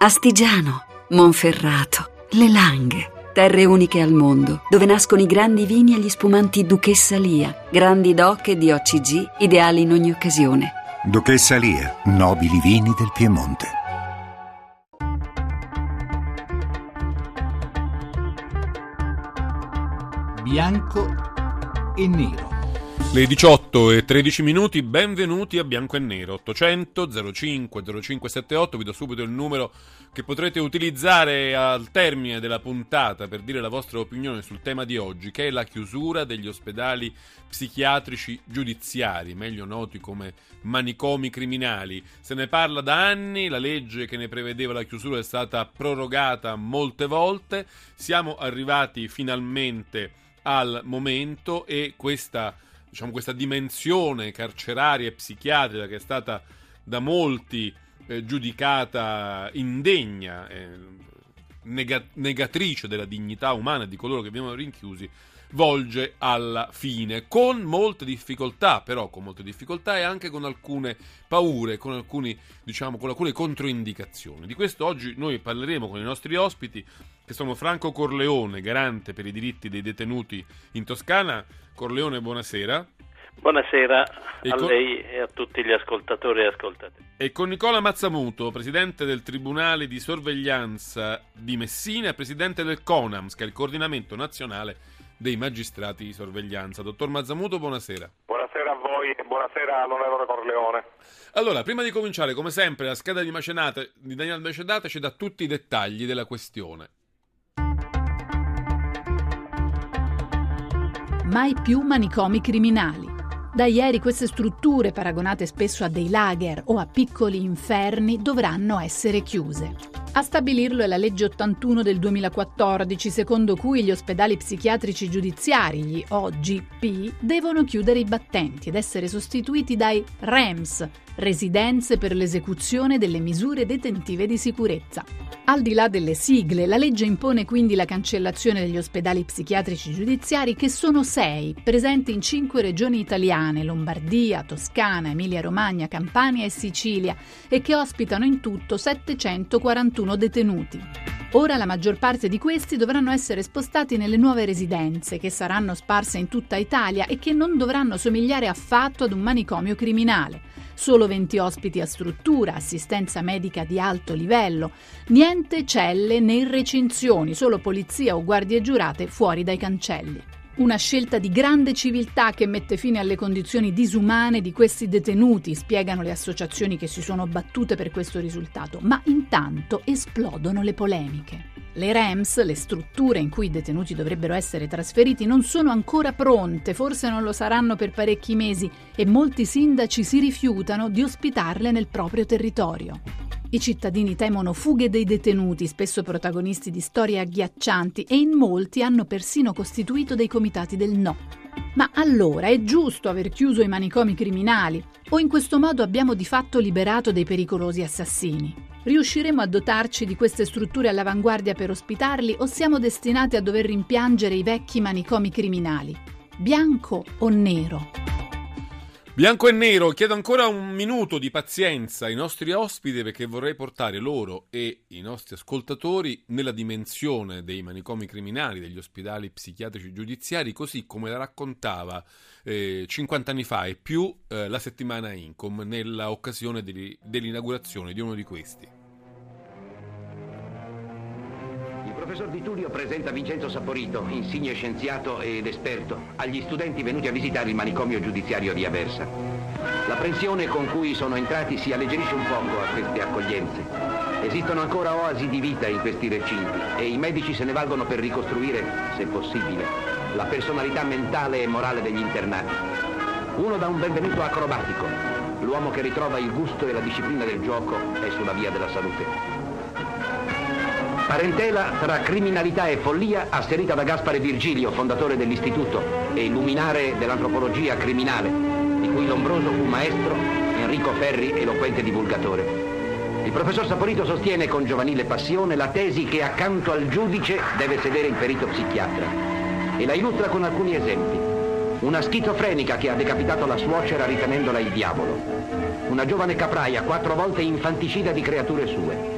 Astigiano, Monferrato, Le Langhe. Terre uniche al mondo, dove nascono i grandi vini e gli spumanti Duchessa Lia, grandi DOC e DOCG, ideali in ogni occasione. Duchessa Lia, nobili vini del Piemonte. Bianco e nero. Le 18:13, benvenuti a Bianco e Nero. 800 05 0578, vi do subito il numero che potrete utilizzare al termine della puntata per dire la vostra opinione sul tema di oggi, che è la chiusura degli ospedali psichiatrici giudiziari, meglio noti come manicomi criminali. Se ne parla da anni, la legge che ne prevedeva la chiusura è stata prorogata molte volte, siamo arrivati finalmente al momento e questa dimensione carceraria e psichiatrica, che è stata da molti giudicata indegna, negatrice della dignità umana di coloro che vengono rinchiusi, volge alla fine, con molte difficoltà e anche con alcune paure, con alcune controindicazioni. Di questo oggi noi parleremo con i nostri ospiti, che sono Franco Corleone, garante per i diritti dei detenuti in Toscana. Corleone, buonasera. Buonasera a lei e a tutti gli ascoltatori e ascoltatrici. E con Nicola Mazzamuto, presidente del Tribunale di Sorveglianza di Messina e presidente del CONAMS, che è il Coordinamento Nazionale dei Magistrati di Sorveglianza. Dottor Mazzamuto, buonasera. Buonasera a voi e buonasera all'onorevole Corleone. Allora, prima di cominciare, come sempre, la scheda di Daniele Macedate ci dà tutti i dettagli della questione. Mai più manicomi criminali. Da ieri queste strutture, paragonate spesso a dei lager o a piccoli inferni, dovranno essere chiuse. A stabilirlo è la legge 81 del 2014, secondo cui gli ospedali psichiatrici giudiziari, gli OGP, devono chiudere i battenti ed essere sostituiti dai REMS, residenze per l'esecuzione delle misure detentive di sicurezza. Al di là delle sigle, la legge impone quindi la cancellazione degli ospedali psichiatrici giudiziari, che sono 6, presenti in 5 regioni italiane: Lombardia, Toscana, Emilia-Romagna, Campania e Sicilia, e che ospitano in tutto 741 detenuti. Ora la maggior parte di questi dovranno essere spostati nelle nuove residenze, che saranno sparse in tutta Italia e che non dovranno somigliare affatto ad un manicomio criminale. Solo 20 ospiti a struttura, assistenza medica di alto livello, niente celle né recinzioni, solo polizia o guardie giurate fuori dai cancelli. Una scelta di grande civiltà che mette fine alle condizioni disumane di questi detenuti, spiegano le associazioni che si sono battute per questo risultato, ma intanto esplodono le polemiche. Le REMS, le strutture in cui i detenuti dovrebbero essere trasferiti, non sono ancora pronte, forse non lo saranno per parecchi mesi, e molti sindaci si rifiutano di ospitarle nel proprio territorio. I cittadini temono fughe dei detenuti, spesso protagonisti di storie agghiaccianti, e in molti hanno persino costituito dei comitati del no. Ma allora è giusto aver chiuso i manicomi criminali? O in questo modo abbiamo di fatto liberato dei pericolosi assassini? Riusciremo a dotarci di queste strutture all'avanguardia per ospitarli, o siamo destinati a dover rimpiangere i vecchi manicomi criminali? Bianco o nero? Bianco e nero. Chiedo ancora un minuto di pazienza ai nostri ospiti, perché vorrei portare loro e i nostri ascoltatori nella dimensione dei manicomi criminali, degli ospedali psichiatrici giudiziari, così come la raccontava 50 anni fa e più la settimana Incom, nella occasione dell'inaugurazione di uno di questi. Il professor Di Tullio presenta Vincenzo Saporito, insigne scienziato ed esperto, agli studenti venuti a visitare il manicomio giudiziario di Aversa. L'apprensione con cui sono entrati si alleggerisce un poco a queste accoglienze. Esistono ancora oasi di vita in questi recinti e i medici se ne valgono per ricostruire, se possibile, la personalità mentale e morale degli internati. Uno dà un benvenuto acrobatico. L'uomo che ritrova il gusto e la disciplina del gioco è sulla via della salute. Parentela tra criminalità e follia asserita da Gaspare Virgilio, fondatore dell'istituto e luminare dell'antropologia criminale, di cui Lombroso fu maestro, Enrico Ferri eloquente divulgatore. Il professor Saporito sostiene con giovanile passione la tesi che accanto al giudice deve sedere il perito psichiatra e la illustra con alcuni esempi. Una schizofrenica che ha decapitato la suocera ritenendola il diavolo, una giovane capraia 4 volte infanticida di creature sue,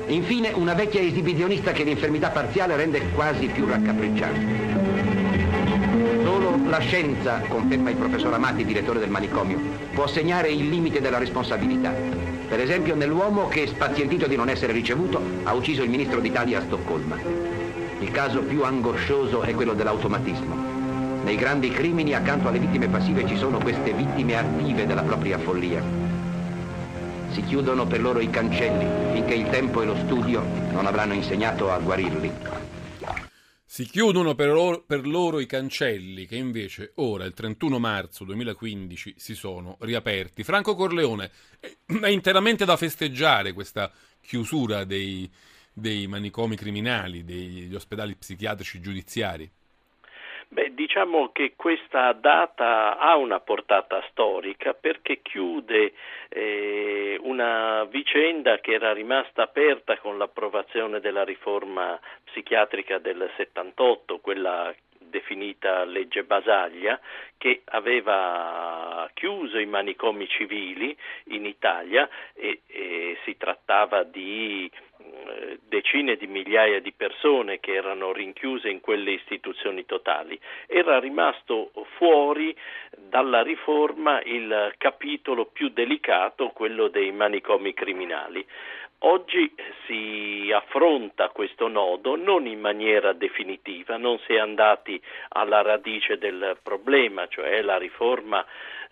Infine, una vecchia esibizionista che l'infermità parziale rende quasi più raccapricciante. Solo la scienza, conferma il professor Amati, direttore del manicomio, può segnare il limite della responsabilità. Per esempio nell'uomo che, spazientito di non essere ricevuto, ha ucciso il ministro d'Italia a Stoccolma. Il caso più angoscioso è quello dell'automatismo. Nei grandi crimini, accanto alle vittime passive, ci sono queste vittime attive della propria follia. Si chiudono per loro i cancelli finché il tempo e lo studio non avranno insegnato a guarirli. Si chiudono per loro i cancelli che invece ora, il 31 marzo 2015, si sono riaperti. Franco Corleone, è interamente da festeggiare questa chiusura dei manicomi criminali, degli ospedali psichiatrici giudiziari? Diciamo che questa data ha una portata storica perché chiude una vicenda che era rimasta aperta con l'approvazione della riforma psichiatrica del 78, quella definita legge Basaglia, che aveva chiuso i manicomi civili in Italia e si trattava di decine di migliaia di persone che erano rinchiuse in quelle istituzioni totali. Era rimasto fuori dalla riforma il capitolo più delicato, quello dei manicomi criminali. Oggi si affronta questo nodo non in maniera definitiva, non si è andati alla radice del problema, cioè la riforma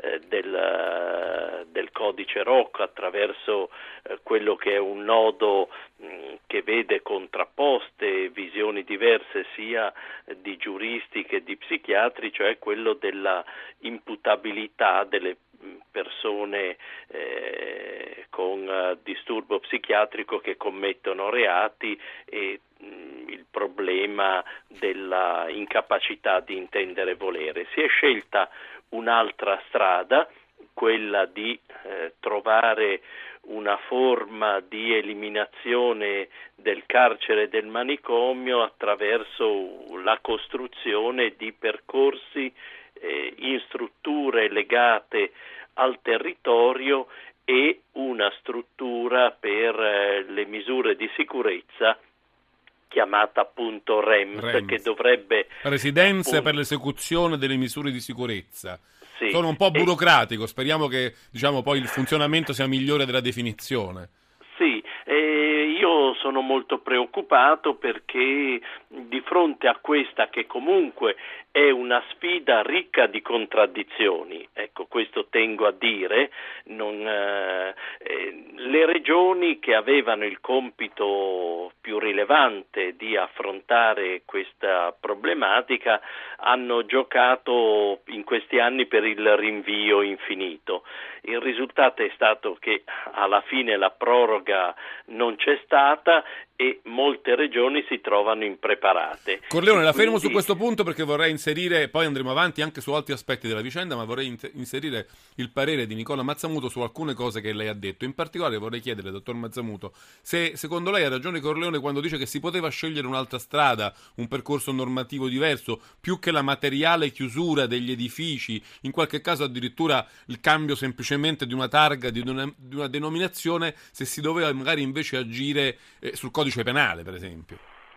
del codice Rocco attraverso quello che è un nodo che vede contrapposte visioni diverse sia di giuristi che di psichiatri, cioè quello della imputabilità delle persone con disturbo psichiatrico che commettono reati e il problema della incapacità di intendere e volere. Si è scelta un'altra strada, quella di trovare una forma di eliminazione del carcere e del manicomio attraverso la costruzione di percorsi in strutture legate al territorio e una struttura per le misure di sicurezza chiamata appunto REMS, che dovrebbe... Residenze appunto, per l'esecuzione delle misure di sicurezza. Sì, sono un po' burocratico, speriamo che poi il funzionamento sia migliore della definizione. Sì, io sono molto preoccupato perché di fronte a questa che comunque è una sfida ricca di contraddizioni, ecco, questo tengo a dire, le regioni che avevano il compito più rilevante di affrontare questa problematica hanno giocato in questi anni per il rinvio infinito. Il risultato è stato che alla fine la proroga non c'è stata e molte regioni si trovano impreparate. Corleone, la fermo su questo punto perché vorrei inserire, poi andremo avanti anche su altri aspetti della vicenda, ma vorrei inserire il parere di Nicola Mazzamuto su alcune cose che lei ha detto. In particolare vorrei chiedere, dottor Mazzamuto, se secondo lei ha ragione Corleone quando dice che si poteva scegliere un'altra strada, un percorso normativo diverso, più che la materiale chiusura degli edifici, in qualche caso addirittura il cambio semplicemente di una targa, di una denominazione, se si doveva magari invece agire sul codice penale, per esempio.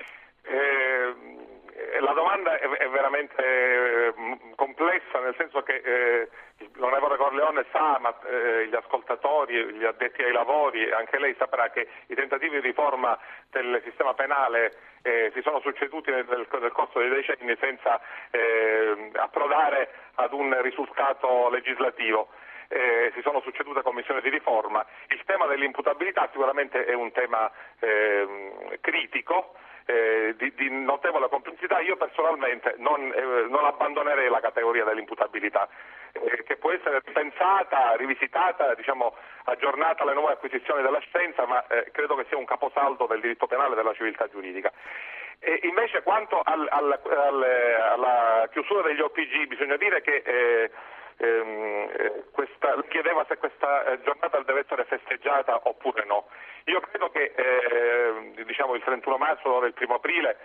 La domanda è veramente complessa, nel senso che l'onorevole Corleone sa, ma gli ascoltatori, gli addetti ai lavori, anche lei saprà che i tentativi di riforma del sistema penale si sono succeduti nel corso dei decenni senza approdare ad un risultato legislativo. Si sono succedute commissioni di riforma. Il tema dell'imputabilità sicuramente è un tema critico, di notevole complessità. Io personalmente non abbandonerei la categoria dell'imputabilità, che può essere ripensata, rivisitata, aggiornata alle nuove acquisizioni della scienza, ma credo che sia un caposaldo del diritto penale e della civiltà giuridica. E invece quanto alla chiusura degli OPG, bisogna dire che chiedeva se questa giornata deve essere festeggiata oppure no. Io credo che il 31 marzo o il 1 aprile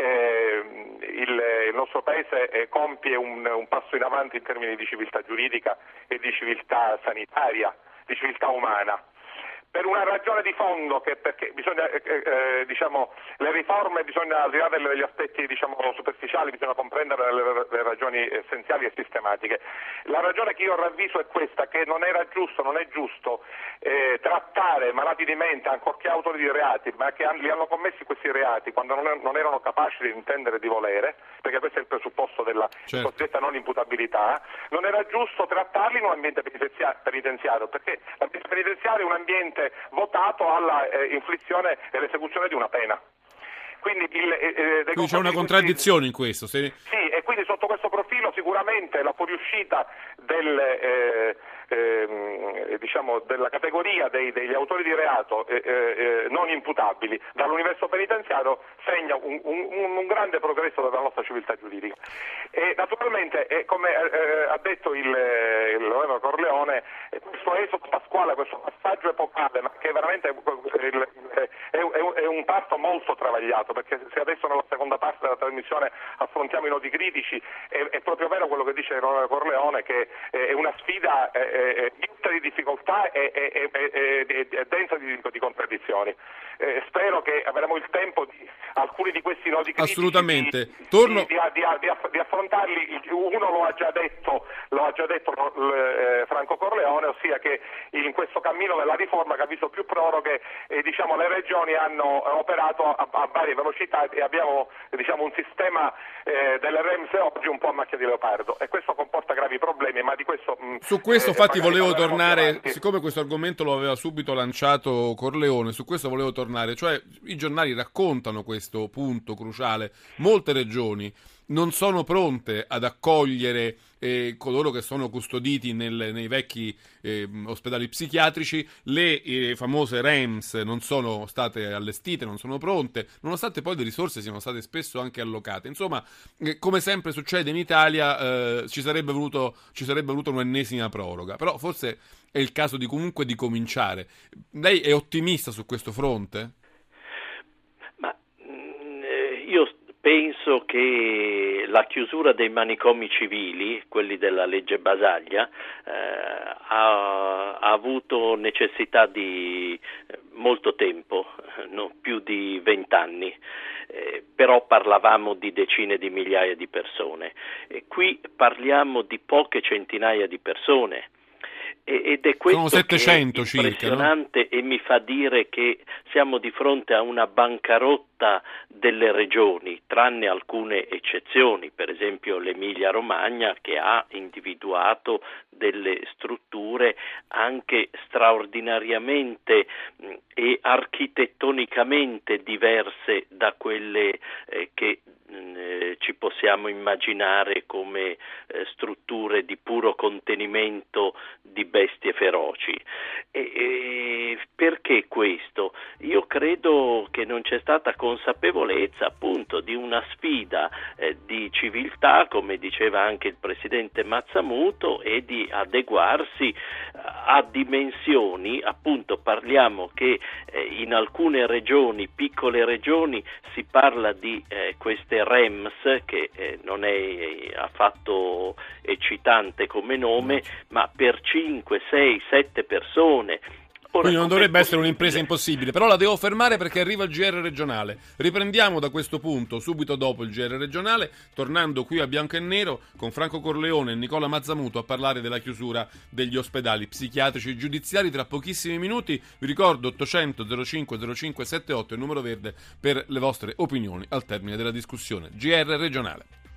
il nostro Paese compie un passo in avanti in termini di civiltà giuridica e di civiltà sanitaria, di civiltà umana. per una ragione di fondo, che perché bisogna le riforme bisogna, al di là degli aspetti superficiali, bisogna comprendere le ragioni essenziali e sistematiche. La ragione che io ravviso è questa, che non è giusto trattare malati di mente, ancorché autori di reati, ma che li hanno commessi questi reati quando non erano capaci di intendere e di volere, perché questo è il presupposto della cosiddetta non imputabilità. Non era giusto trattarli in un ambiente penitenziario, perché l'ambiente penitenziario è un ambiente votato alla inflizione e l'esecuzione di una pena. Quindi c'è una contraddizione in questo. Sì, e quindi sotto questo profilo sicuramente la fuoriuscita della categoria degli autori di reato non imputabili dall'universo penitenziario segna un grande progresso della nostra civiltà giuridica. E naturalmente, come ha detto l'onorevole Corleone, questo esodo pasquale, questo passaggio epocale, ma che veramente è un passo molto travagliato, perché se adesso nella seconda parte della trasmissione affrontiamo i nodi critici, è proprio vero quello che dice l'onorevole Corleone, che è una sfida piena di difficoltà e densa di contraddizioni. Spero che avremo il tempo di alcuni di questi nodi critici assolutamente di affrontarli. Uno lo ha già detto Franco Corleone, ossia che in questo cammino della riforma che ha visto più proroghe, le regioni hanno operato a varie velocità e abbiamo un sistema delle REMS oggi un po' a macchia di leopardo, e questo comporta gravi problemi, ma di questo su questo infatti volevo tornare, siccome questo argomento lo aveva subito lanciato Corleone, su questo volevo tornare, cioè i giornali raccontano questo punto cruciale. Molte regioni non sono pronte ad accogliere coloro che sono custoditi nei vecchi ospedali psichiatrici, le famose REMS non sono state allestite, non sono pronte, nonostante poi le risorse siano state spesso anche allocate. Insomma, come sempre succede in Italia, ci sarebbe voluto un'ennesima proroga, però forse è il caso comunque di cominciare. Lei è ottimista su questo fronte? Ma io penso che la chiusura dei manicomi civili, quelli della legge Basaglia, ha avuto necessità di molto tempo, più di 20 anni, però parlavamo di decine di migliaia di persone. Qui parliamo di poche centinaia di persone. Ed è questo sono 700 che è impressionante, circa, no? E mi fa dire che siamo di fronte a una bancarotta delle regioni, tranne alcune eccezioni, per esempio l'Emilia-Romagna, che ha individuato delle strutture anche straordinariamente e architettonicamente diverse da quelle che ci possiamo immaginare come strutture di puro contenimento di bestie feroci. Perché questo? Io credo che non c'è stata consapevolezza appunto di una sfida di civiltà, come diceva anche il presidente Mazzamuto, e di adeguarsi a dimensioni, appunto parliamo che in alcune regioni, piccole regioni, si parla di queste REMS, che non è affatto eccitante come nome, ma per 5, 6, 7 persone. Quindi non dovrebbe essere un'impresa impossibile, però la devo fermare perché arriva il GR regionale. Riprendiamo da questo punto subito dopo il GR regionale, tornando qui a Bianco e Nero con Franco Corleone e Nicola Mazzamuto a parlare della chiusura degli ospedali psichiatrici giudiziari. Tra pochissimi minuti vi ricordo 800 05 05 78, il numero verde per le vostre opinioni al termine della discussione. GR regionale.